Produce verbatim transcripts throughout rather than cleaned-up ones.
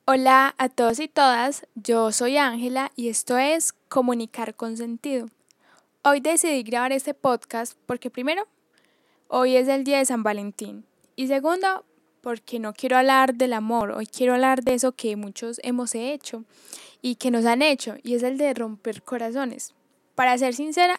Hola a todos y todas, yo soy Ángela y esto es Comunicar con Sentido. Hoy decidí grabar este podcast porque primero, hoy es el día de San Valentín y segundo, porque no quiero hablar del amor, hoy quiero hablar de eso que muchos hemos hecho y que nos han hecho y es el de romper corazones. Para ser sincera,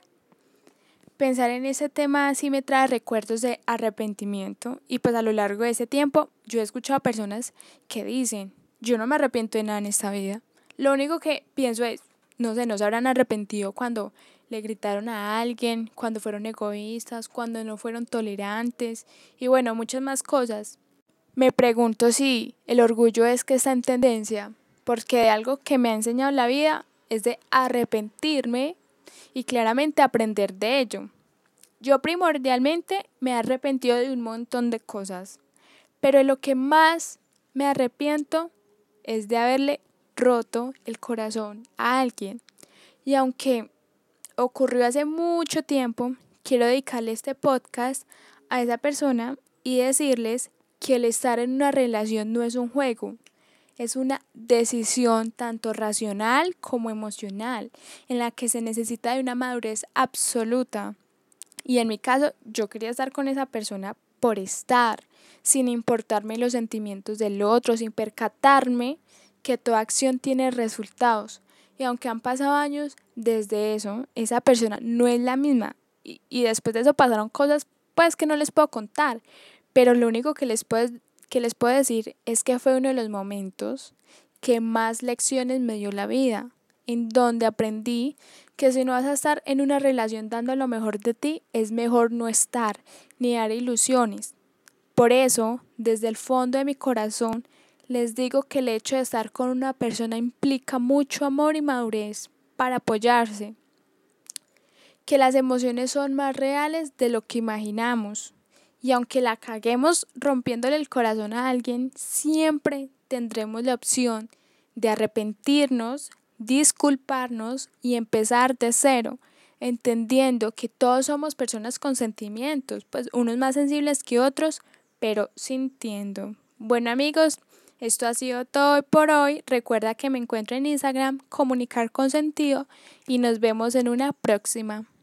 pensar en ese tema sí me trae recuerdos de arrepentimiento y pues a lo largo de ese tiempo yo he escuchado a personas que dicen, yo no me arrepiento de nada en esta vida. Lo único que pienso es, no sé, no se habrán arrepentido cuando le gritaron a alguien, cuando fueron egoístas, cuando no fueron tolerantes y bueno, muchas más cosas. Me pregunto si el orgullo es que está en tendencia, porque de algo que me ha enseñado la vida es de arrepentirme y claramente aprender de ello. Yo primordialmente me he arrepentido de un montón de cosas, pero de lo que más me arrepiento es de haberle roto el corazón a alguien. Y aunque ocurrió hace mucho tiempo, quiero dedicarle este podcast a esa persona y decirles que el estar en una relación no es un juego, es una decisión tanto racional como emocional, en la que se necesita de una madurez absoluta. Y en mi caso, yo quería estar con esa persona por estar, sin importarme los sentimientos del otro, sin percatarme que toda acción tiene resultados. Y aunque han pasado años desde eso, esa persona no es la misma. Y, y después de eso pasaron cosas pues que no les puedo contar. Pero lo único que les puedo, que les puedo decir es que fue uno de los momentos que más lecciones me dio la vida, en donde aprendí que si no vas a estar en una relación dando lo mejor de ti, es mejor no estar ni dar ilusiones. Por eso, desde el fondo de mi corazón, les digo que el hecho de estar con una persona implica mucho amor y madurez para apoyarse, que las emociones son más reales de lo que imaginamos. Y aunque la caguemos rompiéndole el corazón a alguien, siempre tendremos la opción de arrepentirnos, disculparnos y empezar de cero, entendiendo que todos somos personas con sentimientos, pues unos más sensibles que otros, pero sintiendo. Bueno amigos, esto ha sido todo por hoy. Recuerda que me encuentro en Instagram, Comunicar con Sentido, y nos vemos en una próxima.